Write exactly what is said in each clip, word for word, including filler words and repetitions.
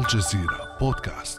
الجزيرة بودكاست.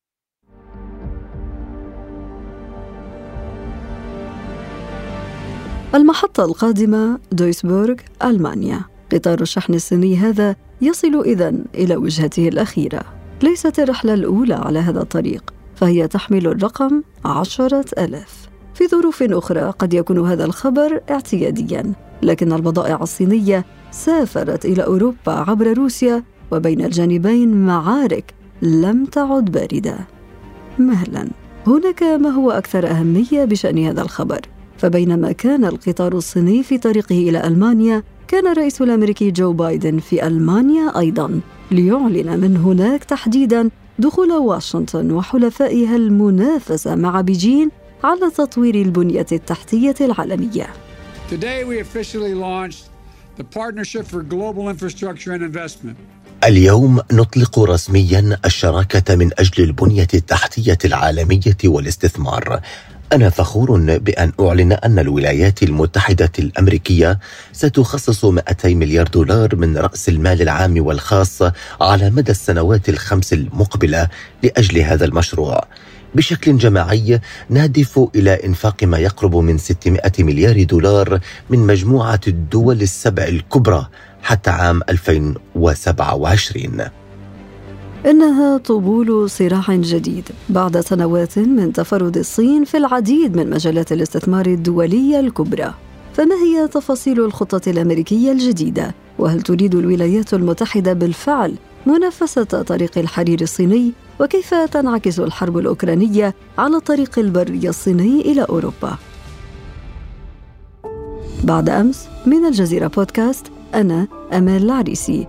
المحطة القادمة دويسبورغ، ألمانيا. قطار الشحن الصيني هذا يصل إذن إلى وجهته الأخيرة. ليست الرحلة الأولى على هذا الطريق، فهي تحمل الرقم عشرة ألاف. في ظروف أخرى قد يكون هذا الخبر اعتيادياً، لكن البضائع الصينية سافرت إلى أوروبا عبر روسيا، وبين الجانبين معارك لم تعد باردة. مهلاً، هناك ما هو أكثر أهمية بشأن هذا الخبر. فبينما كان القطار الصيني في طريقه إلى ألمانيا، كان الرئيس الأمريكي جو بايدن في ألمانيا أيضاً، ليعلن من هناك تحديداً دخول واشنطن وحلفائها المنافسة مع بيجين على تطوير البنية التحتية العالمية. Today we officially launched the Partnership for Global Infrastructure and Investment. اليوم نطلق رسمياً الشراكة من أجل البنية التحتية العالمية والاستثمار. أنا فخور بأن أعلن أن الولايات المتحدة الأمريكية ستخصص مئتي مليار دولار من رأس المال العام والخاص على مدى السنوات الخمس المقبلة لأجل هذا المشروع. بشكل جماعي نهدف إلى إنفاق ما يقرب من ستمائة مليار دولار من مجموعة الدول السبع الكبرى حتى عام ألفين وسبعة وعشرين. إنها طبول صراع جديد بعد سنوات من تفرد الصين في العديد من مجالات الاستثمار الدولية الكبرى. فما هي تفاصيل الخطة الأمريكية الجديدة؟ وهل تريد الولايات المتحدة بالفعل منافسة طريق الحرير الصيني؟ وكيف تنعكس الحرب الأوكرانية على الطريق البري الصيني إلى أوروبا؟ بعد أمس من الجزيرة بودكاست، أنا أمال العريسي.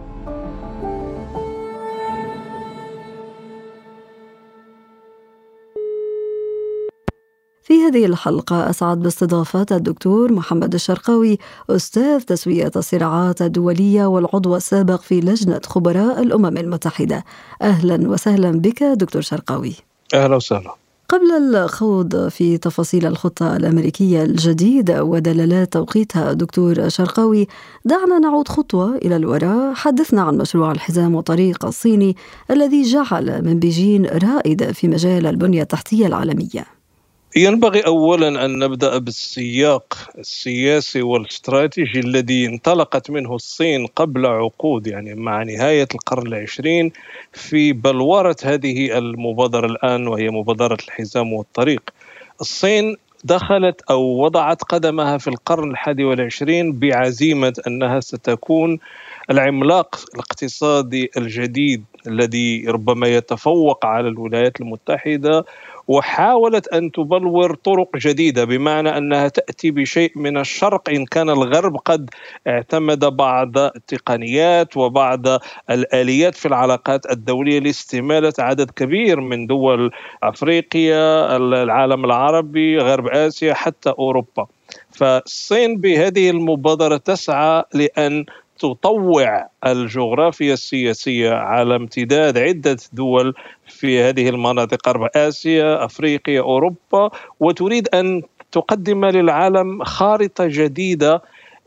في هذه الحلقة أسعد باستضافة الدكتور محمد الشرقاوي، أستاذ تسوية الصراعات الدولية والعضو السابق في لجنة خبراء الأمم المتحدة. أهلا وسهلا بك دكتور شرقاوي. أهلا وسهلا. قبل الخوض في تفاصيل الخطة الأمريكية الجديدة ودلالات توقيتها دكتور شرقاوي، دعنا نعود خطوة إلى الوراء. حدثنا عن مشروع الحزام والطريق الصيني الذي جعل من بيجين رائدة في مجال البنية التحتية العالمية. ينبغي أولا أن نبدأ بالسياق السياسي والاستراتيجي الذي انطلقت منه الصين قبل عقود، يعني مع نهاية القرن العشرين، في بلورة هذه المبادرة الآن، وهي مبادرة الحزام والطريق. الصين دخلت أو وضعت قدمها في القرن الحادي والعشرين بعزيمة أنها ستكون العملاق الاقتصادي الجديد الذي ربما يتفوق على الولايات المتحدة، وحاولت أن تبلور طرق جديدة، بمعنى أنها تأتي بشيء من الشرق، إن كان الغرب قد اعتمد بعض التقنيات وبعض الآليات في العلاقات الدولية لاستمالة عدد كبير من دول أفريقيا، العالم العربي، غرب آسيا، حتى أوروبا. فالصين بهذه المبادرة تسعى لأن تطوع الجغرافيا السياسية على امتداد عدة دول في هذه المناطق، غرب آسيا، أفريقيا، أوروبا، وتريد أن تقدم للعالم خارطة جديدة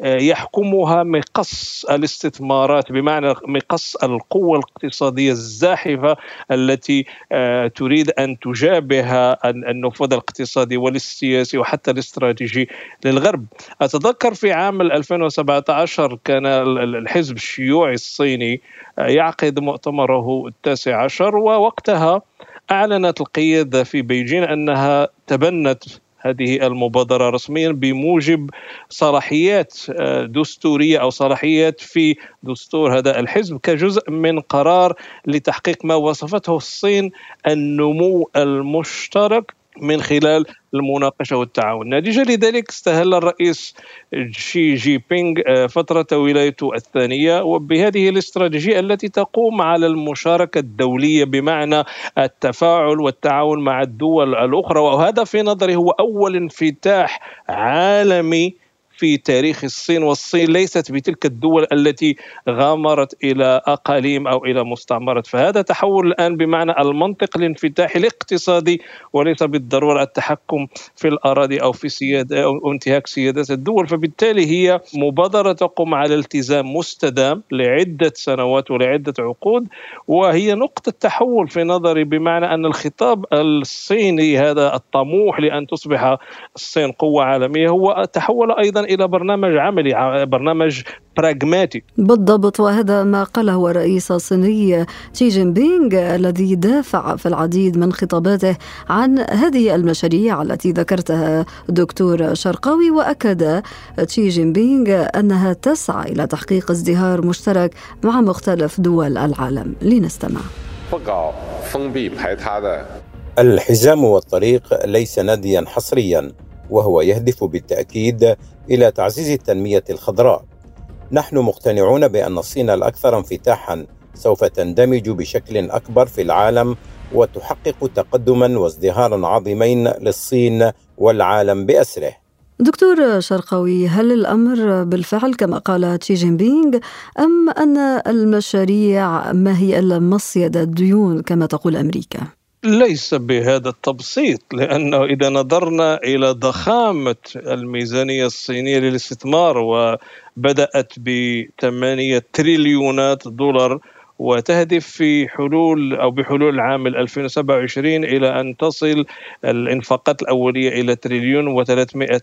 يحكمها مقص الاستثمارات، بمعنى مقص القوة الاقتصادية الزاحفة التي تريد أن تجابه النفوذ الاقتصادي والسياسي وحتى الاستراتيجي للغرب. أتذكر في عام ألفين وسبعة عشر كان الحزب الشيوعي الصيني يعقد مؤتمره التاسع عشر، ووقتها أعلنت القيادة في بيجين أنها تبنت هذه المبادرة رسميا بموجب صلاحيات دستورية أو صلاحيات في دستور هذا الحزب، كجزء من قرار لتحقيق ما وصفته الصين النمو المشترك من خلال المناقشة والتعاون. نتيجة لذلك استهل الرئيس شي جي بينغ فترة ولايته الثانية وبهذه الاستراتيجية التي تقوم على المشاركة الدولية، بمعنى التفاعل والتعاون مع الدول الأخرى، وهذا في نظري هو أول انفتاح عالمي في تاريخ الصين، والصين ليست بتلك الدول التي غامرت إلى أقاليم أو إلى مستعمرات. فهذا تحول الآن بمعنى المنطق الانفتاحي الاقتصادي، وليس بالضرورة التحكم في الأراضي أو في سيادة أو انتهاك سيادات الدول. فبالتالي هي مبادرة تقوم على التزام مستدام لعدة سنوات ولعدة عقود، وهي نقطة تحول في نظري، بمعنى أن الخطاب الصيني هذا الطموح لأن تصبح الصين قوة عالمية هو تحول أيضا إلى برنامج عملي، برنامج براغماتي. بالضبط، وهذا ما قاله الرئيس الصيني شي جين بينغ الذي دافع في العديد من خطاباته عن هذه المشاريع التي ذكرتها دكتور شرقاوي. وأكد شي جين بينغ أنها تسعى إلى تحقيق ازدهار مشترك مع مختلف دول العالم. لنستمع. الحزام والطريق ليس ناديا حصريا، وهو يهدف بالتأكيد إلى تعزيز التنمية الخضراء. نحن مقتنعون بأن الصين الأكثر انفتاحا سوف تندمج بشكل أكبر في العالم وتحقق تقدما وازدهارا عظيمين للصين والعالم بأسره. دكتور شرقاوي، هل الأمر بالفعل كما قال شي جين بينغ، أم أن المشاريع ما هي إلا مصيدة ديون كما تقول أمريكا؟ ليس بهذا التبسيط، لأنه إذا نظرنا إلى ضخامة الميزانية الصينية للاستثمار، وبدأت بثمانية تريليونات دولار، وتهدف في حلول أو بحلول العام ألفين وسبعة وعشرين إلى أن تصل الإنفاقات الأولية إلى تريليون وثلاثمائة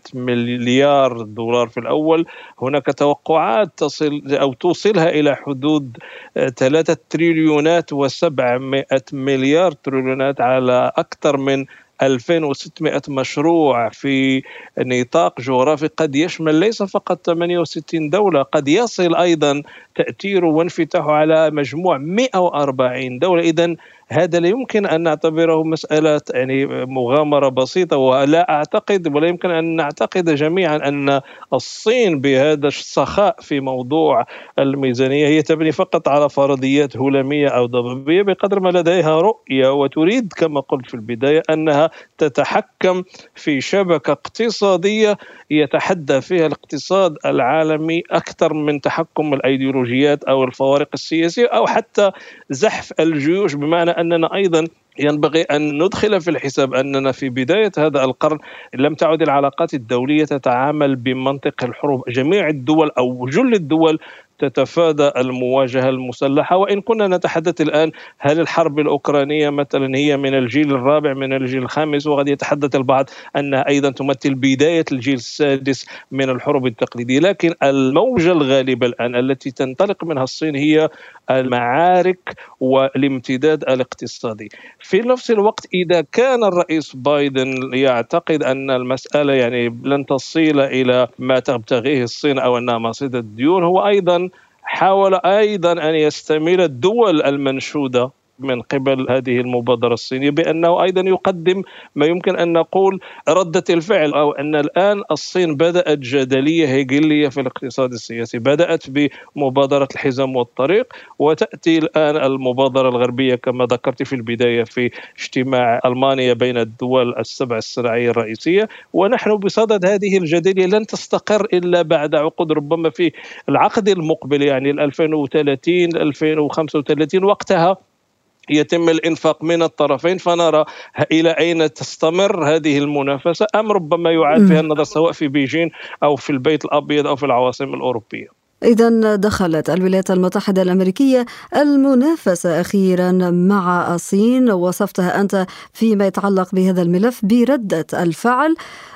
مليار دولار في الأول. هناك توقعات تصل أو توصلها إلى حدود ثلاثة تريليونات وسبعمائة مليار تريليونات على أكثر من ألفين وستمائة مشروع في نطاق جغرافي قد يشمل ليس فقط ثمانية وستين دولة، قد يصل أيضا تأثيره وانفتاحه على مجموع مئة وأربعين دولة. إذن هذا لا يمكن أن نعتبره مسألة يعني مغامرة بسيطة، ولا أعتقد ولا يمكن أن نعتقد جميعا أن الصين بهذا السخاء في موضوع الميزانية هي تبني فقط على فرضيات هلامية أو ضبابية، بقدر ما لديها رؤية وتريد كما قلت في البداية أنها تتحكم في شبكة اقتصادية يتحدى فيها الاقتصاد العالمي أكثر من تحكم الأيديولوجيات أو الفوارق السياسية أو حتى زحف الجيوش. بمعنى أننا أيضا ينبغي أن ندخل في الحساب أننا في بداية هذا القرن لم تعد العلاقات الدولية تتعامل بمنطق الحروب. جميع الدول أو جل الدول تتفادى المواجهة المسلحة، وإن كنا نتحدث الآن هل الحرب الأوكرانية مثلا هي من الجيل الرابع من الجيل الخامس، وقد يتحدث البعض أنها أيضا تمثل بداية الجيل السادس من الحروب التقليدية. لكن الموجة الغالبة الآن التي تنطلق منها الصين هي المعارك والامتداد الاقتصادي. في نفس الوقت إذا كان الرئيس بايدن يعتقد أن المسألة يعني لن تصل إلى ما تبتغيه الصين أو أنها مصيدة الديون، هو أيضا حاول أيضا أن يستميل الدول المنشودة من قبل هذه المبادرة الصينية بأنه أيضا يقدم ما يمكن أن نقول ردة الفعل، أو أن الآن الصين بدأت جدلية هيجلية في الاقتصاد السياسي. بدأت بمبادرة الحزام والطريق، وتأتي الآن المبادرة الغربية كما ذكرت في البداية في اجتماع ألمانيا بين الدول السبع الصناعية الرئيسية. ونحن بصدد هذه الجدلية لن تستقر إلا بعد عقود، ربما في العقد المقبل يعني ألفين وثلاثين ألفين وخمسة وثلاثين، وقتها يتم الإنفاق من الطرفين، فنرى إلى أين تستمر هذه المنافسة، أم ربما يعاد فيها النظر سواء في بيجين أو في البيت الأبيض أو في العواصم الأوروبية. إذن دخلت الولايات المتحدة الأمريكية المنافسة أخيرا مع الصين، وصفتها أنت فيما يتعلق بهذا الملف بردة الفعل.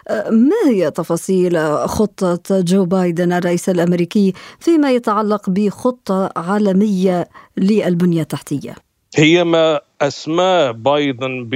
ما هي تفاصيل خطة جو بايدن الرئيس الأمريكي فيما يتعلق بخطة عالمية للبنية التحتية؟ هي ما أسماه بايدن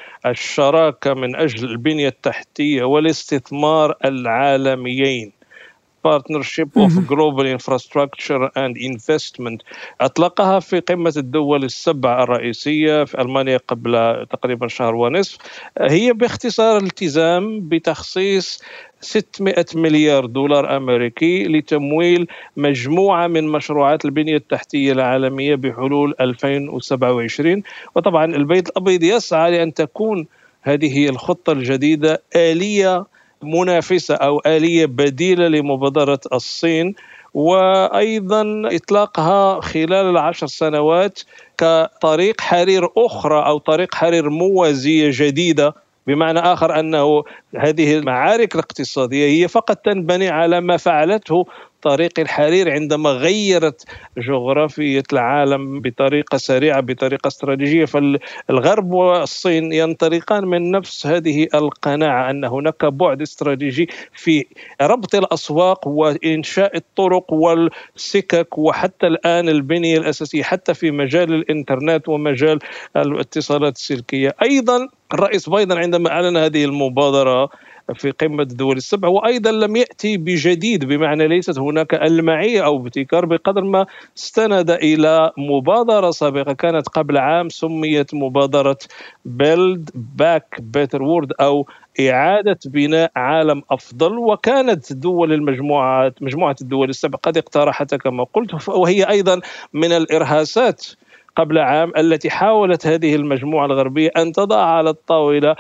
بالشراكة من أجل البنية التحتية والاستثمار العالميين، Partnership of Global Infrastructure and Investment. أطلقها في قمة الدول السبع الرئيسية في ألمانيا قبل تقريبا شهر ونصف. هي باختصار التزام بتخصيص ستمائة مليار دولار أمريكي لتمويل مجموعة من مشروعات البنية التحتية العالمية بحلول ألفين وسبعة وعشرين. وطبعا البيت الأبيض يسعى لأن تكون هذه الخطة الجديدة آلية منافسة أو آلية بديلة لمبادرة الصين، وأيضا إطلاقها خلال العشر سنوات كطريق حرير أخرى أو طريق حرير موازية جديدة. بمعنى آخر أنه هذه المعارك الاقتصادية هي فقط تنبني على ما فعلته طريق الحرير عندما غيرت جغرافية العالم بطريقة سريعة بطريقة استراتيجية. فالغرب والصين ينطلقان من نفس هذه القناعة أن هناك بعد استراتيجي في ربط الأسواق وإنشاء الطرق والسكك وحتى الآن البنية الأساسية حتى في مجال الإنترنت ومجال الاتصالات السلكية. أيضا الرئيس بايدن عندما أعلن هذه المبادرة في قمة الدول السبع وأيضا لم يأتي بجديد، بمعنى ليست هناك ألمعية أو ابتكار بقدر ما استند إلى مبادرة سابقة كانت قبل عام سميت مبادرة Build Back Better World أو إعادة بناء عالم أفضل، وكانت دول المجموعة مجموعة الدول السبع قد اقترحتها كما قلت، وهي أيضا من الإرهاصات قبل عام التي حاولت هذه المجموعة الغربية أن تضع على الطاولة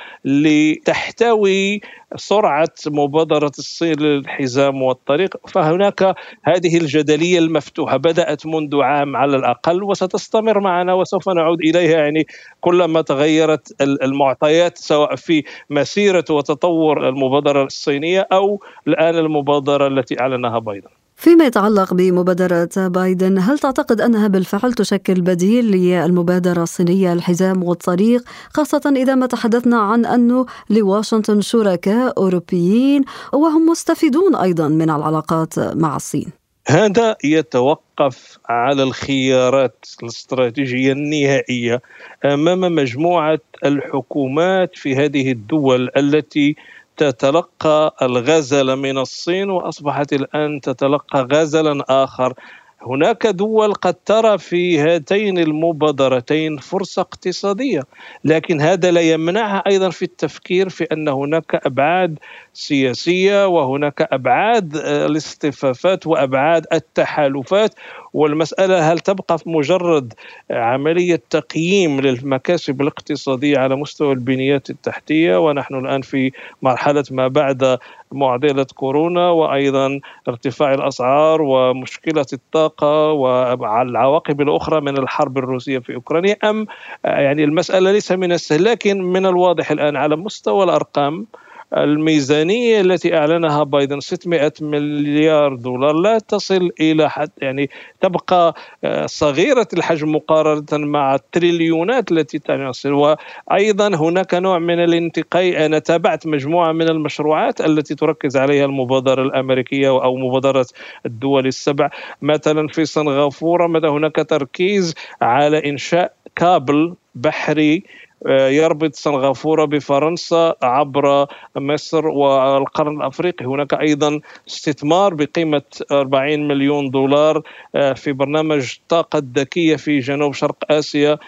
لتحتوي سرعة مبادرة الصين للحزام والطريق. فهناك هذه الجدلية المفتوحة بدأت منذ عام على الأقل وستستمر معنا وسوف نعود إليها، يعني كلما تغيرت المعطيات سواء في مسيرة وتطور المبادرة الصينية أو الآن المبادرة التي أعلنها بايدن. فيما يتعلق بمبادرة بايدن، هل تعتقد أنها بالفعل تشكل بديل للمبادرة الصينية الحزام والطريق، خاصة إذا ما تحدثنا عن أنه لواشنطن شركاء أوروبيين وهم مستفيدون أيضا من العلاقات مع الصين؟ هذا يتوقف على الخيارات الاستراتيجية النهائية أمام مجموعة الحكومات في هذه الدول التي تتلقى الغزل من الصين وأصبحت الآن تتلقى غزلا آخر. هناك دول قد ترى في هاتين المبادرتين فرصة اقتصادية، لكن هذا لا يمنعها أيضا في التفكير في أن هناك أبعاد سياسية وهناك أبعاد الاصطفافات وأبعاد التحالفات. والمسألة هل تبقى في مجرد عملية تقييم للمكاسب الاقتصادية على مستوى البنيات التحتية، ونحن الآن في مرحلة ما بعد معضلة كورونا وأيضا ارتفاع الأسعار ومشكلة الطاقة والعواقب الأخرى من الحرب الروسية في أوكرانيا، أم يعني المسألة ليس من السهل. لكن من الواضح الآن على مستوى الأرقام الميزانية التي أعلنها بايدن ستمائة مليار دولار لا تصل إلى حد، يعني تبقى صغيرة الحجم مقارنة مع التريليونات التي تنصل. وأيضا هناك نوع من الانتقاء. أنا تابعت مجموعة من المشروعات التي تركز عليها المبادرة الأمريكية أو مبادرة الدول السبع. مثلا في سنغافورة مثلا هناك تركيز على إنشاء كابل بحري يربط سنغافورة بفرنسا عبر مصر والقرن الأفريقي. هناك أيضا استثمار بقيمة أربعين مليون دولار في برنامج الطاقة الذكية في جنوب شرق آسيا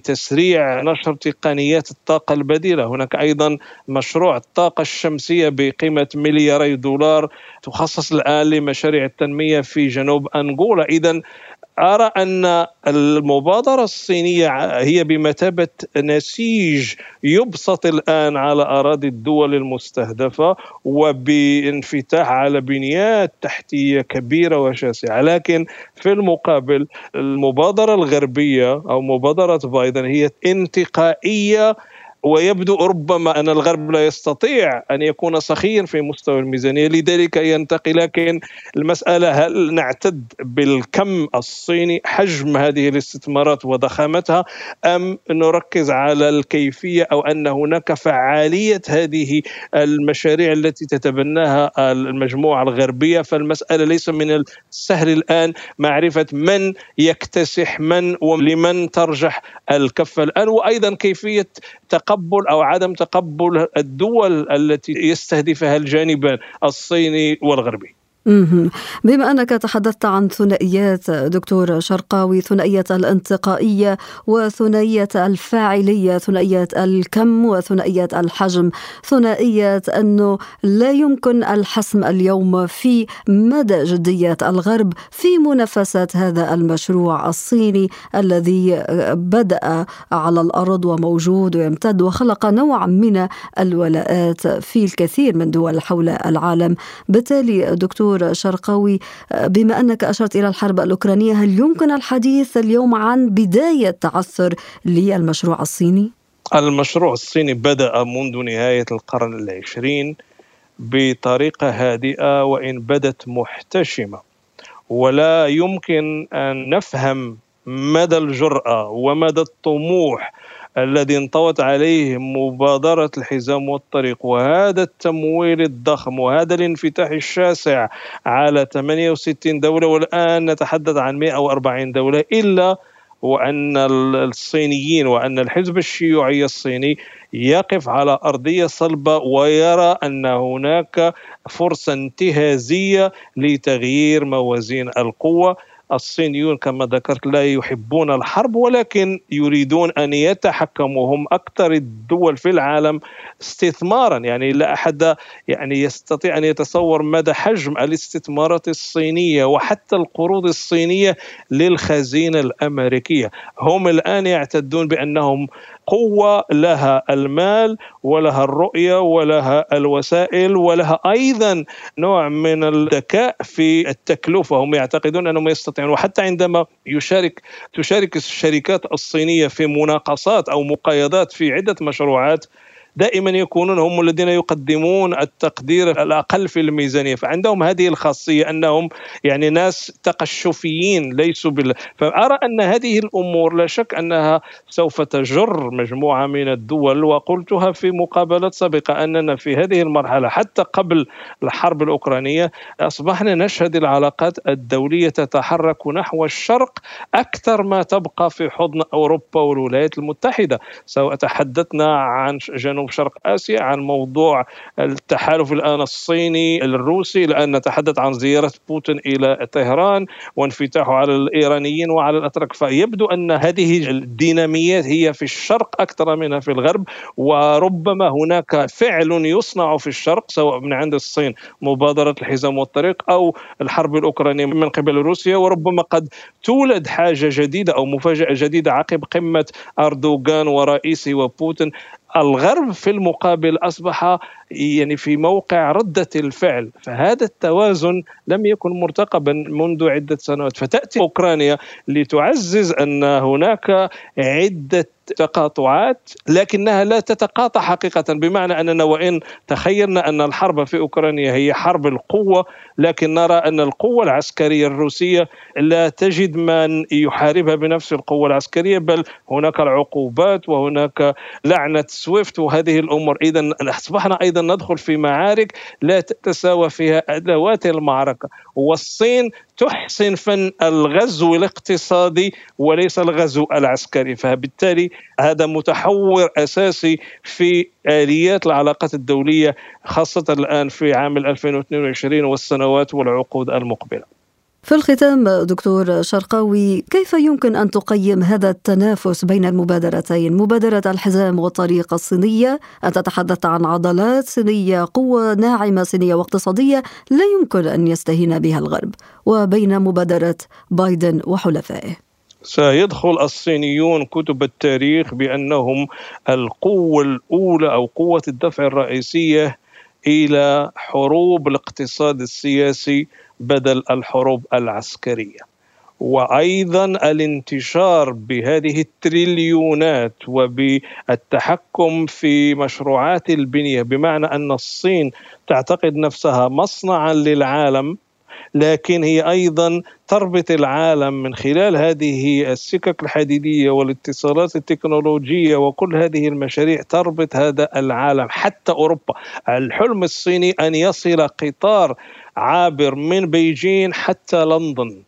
لتسريع نشر تقنيات الطاقة البديلة. هناك أيضا مشروع الطاقة الشمسية بقيمة ملياري دولار تخصص الآن لمشاريع التنمية في جنوب أنغولا. إذن أرى أن المبادرة الصينية هي بمثابة نسيج يبسط الآن على أراضي الدول المستهدفة وبانفتاح على بنيات تحتية كبيرة وشاسعة. لكن في المقابل المبادرة الغربية أو مبادرة بايدن هي انتقائية، ويبدو ربما أن الغرب لا يستطيع أن يكون سخيا في مستوى الميزانية لذلك ينتقي. لكن المسألة هل نعتد بالكم الصيني حجم هذه الاستثمارات وضخامتها أم نركز على الكيفية أو أن هناك فعالية هذه المشاريع التي تتبناها المجموعة الغربية. فالمسألة ليس من السهل الآن معرفة من يكتسح من ولمن ترجح الكفة الآن، وأيضا كيفية تقبل أو عدم تقبل الدول التي يستهدفها الجانبان الصيني والغربي. بما أنك تحدثت عن ثنائيات دكتور شرقاوي، ثنائية الانتقائية وثنائية الفاعلية، ثنائية الكم وثنائية الحجم، ثنائية أنه لا يمكن الحسم اليوم في مدى جدية الغرب في منافسة هذا المشروع الصيني الذي بدأ على الأرض وموجود ويمتد وخلق نوع من الولاءات في الكثير من دول حول العالم. بالتالي دكتور شرقاوي، بما أنك أشرت إلى الحرب الأوكرانية، هل يمكن الحديث اليوم عن بداية تعثر للمشروع الصيني؟ المشروع الصيني بدأ منذ نهاية القرن العشرين بطريقة هادئة وإن بدت محتشمة، ولا يمكن أن نفهم مدى الجرأة ومدى الطموح الذي انطوت عليه مبادرة الحزام والطريق، وهذا التمويل الضخم وهذا الانفتاح الشاسع على ثمانية وستين دولة، والآن نتحدث عن مئة وأربعين دولة، إلا وأن الصينيين وأن الحزب الشيوعي الصيني يقف على أرضية صلبة ويرى أن هناك فرصة انتهازية لتغيير موازين القوة. الصينيون كما ذكرت لا يحبون الحرب، ولكن يريدون أن يتحكموا، هم أكثر الدول في العالم استثمارا، يعني لا أحد يعني يستطيع أن يتصور مدى حجم الاستثمارات الصينية وحتى القروض الصينية للخزينة الأمريكية. هم الآن يعتدون بأنهم قوة لها المال ولها الرؤية ولها الوسائل ولها أيضا نوع من الذكاء في التكلفة. هم يعتقدون أنهم يستطيعون، وحتى عندما يشارك تشارك الشركات الصينية في مناقصات أو مقايضات في عدة مشروعات، دائما يكونون هم الذين يقدمون التقدير الأقل في الميزانية. فعندهم هذه الخاصية أنهم يعني ناس تقشفيين ليسوا بال... فأرى أن هذه الأمور لا شك أنها سوف تجر مجموعة من الدول، وقلتها في مقابلات سابقة أننا في هذه المرحلة حتى قبل الحرب الأوكرانية أصبحنا نشهد العلاقات الدولية تتحرك نحو الشرق أكثر ما تبقى في حضن أوروبا والولايات المتحدة. سواء تحدثنا عن جنوب شرق آسيا، عن موضوع التحالف الآن الصيني الروسي، الآن نتحدث عن زيارة بوتين إلى طهران وانفتاحه على الإيرانيين وعلى الأتراك. فيبدو أن هذه الديناميات هي في الشرق أكثر منها في الغرب، وربما هناك فعل يصنع في الشرق سواء من عند الصين مبادرة الحزام والطريق أو الحرب الأوكرانية من قبل روسيا، وربما قد تولد حاجة جديدة أو مفاجأة جديدة عقب قمة أردوغان ورئيسه وبوتين. الغرب في المقابل أصبح يعني في موقع ردة الفعل، فهذا التوازن لم يكن مرتقبا منذ عدة سنوات. فتأتي أوكرانيا لتعزز أن هناك عدة تقاطعات لكنها لا تتقاطع حقيقة، بمعنى أننا وإن تخيلنا أن الحرب في أوكرانيا هي حرب القوة، لكن نرى أن القوة العسكرية الروسية لا تجد من يحاربها بنفس القوة العسكرية، بل هناك العقوبات وهناك لعنة سويفت وهذه الأمور. إذن أصبحنا أيضا ندخل في معارك لا تتساوى فيها أدوات المعركة، والصين تحسن فن الغزو الاقتصادي وليس الغزو العسكري. فبالتالي هذا متحور أساسي في آليات العلاقات الدولية، خاصة الآن في عام ألفين واثنين وعشرين والسنوات والعقود المقبلة. في الختام دكتور شرقاوي، كيف يمكن أن تقيم هذا التنافس بين المبادرتين، مبادرة الحزام والطريق الصينية، أنت تحدثت عن عضلات صينية، قوة ناعمة صينية واقتصادية لا يمكن أن يستهين بها الغرب، وبين مبادرة بايدن وحلفائه؟ سيدخل الصينيون كتب التاريخ بأنهم القوة الأولى أو قوة الدفع الرئيسية إلى حروب الاقتصاد السياسي بدل الحروب العسكرية، وأيضا الانتشار بهذه التريليونات وبالتحكم في مشروعات البنية، بمعنى أن الصين تعتقد نفسها مصنعا للعالم، لكن هي أيضا تربط العالم من خلال هذه السكك الحديدية والاتصالات التكنولوجية وكل هذه المشاريع تربط هذا العالم حتى أوروبا. الحلم الصيني أن يصل قطار عابر من بيجين حتى لندن.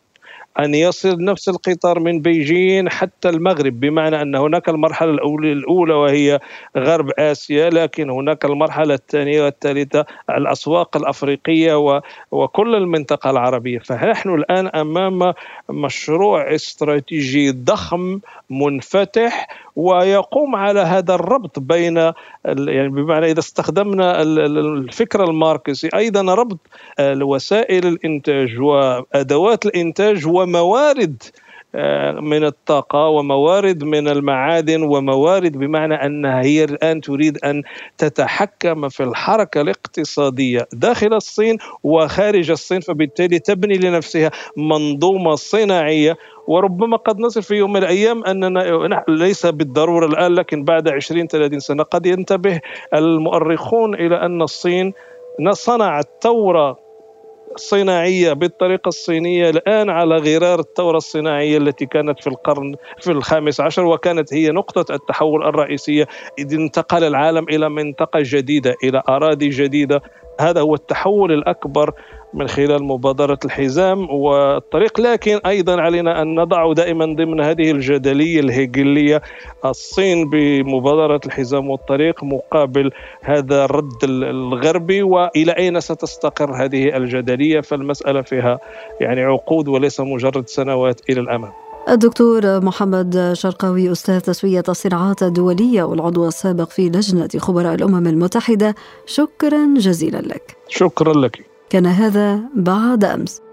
أن يصل نفس القطار من بيجين حتى المغرب، بمعنى أن هناك المرحلة الأولى وهي غرب آسيا، لكن هناك المرحلة الثانية والثالثة الأسواق الأفريقية وكل المنطقة العربية. فنحن الآن أمام مشروع استراتيجي ضخم منفتح، ويقوم على هذا الربط بين يعني بمعنى إذا استخدمنا الفكر الماركسي أيضا ربط وسائل الإنتاج وأدوات الإنتاج وموارد من الطاقة وموارد من المعادن وموارد، بمعنى أنها هي الآن تريد أن تتحكم في الحركة الاقتصادية داخل الصين وخارج الصين، فبالتالي تبني لنفسها منظومة صناعية. وربما قد نصل في يوم من الأيام أننا ليس بالضرورة الآن، لكن بعد عشرين ثلاثين سنة قد ينتبه المؤرخون إلى أن الصين صنعت ثورة صناعية بالطريقة الصينية الآن على غرار الثورة الصناعية التي كانت في القرن في الخامس عشر، وكانت هي نقطة التحول الرئيسية إذ انتقل العالم إلى منطقة جديدة، إلى أراضي جديدة. هذا هو التحول الأكبر من خلال مبادرة الحزام والطريق. لكن أيضا علينا أن نضع دائما ضمن هذه الجدلية الهيجلية الصين بمبادرة الحزام والطريق مقابل هذا الرد الغربي، وإلى أين ستستقر هذه الجدلية. فالمسألة فيها يعني عقود وليس مجرد سنوات إلى الأمام. الدكتور محمد شرقاوي، أستاذ تسوية الصناعات الدولية والعضو السابق في لجنة خبراء الأمم المتحدة، شكرا جزيلا لك. شكرا لك. كان هذا بعد أمس.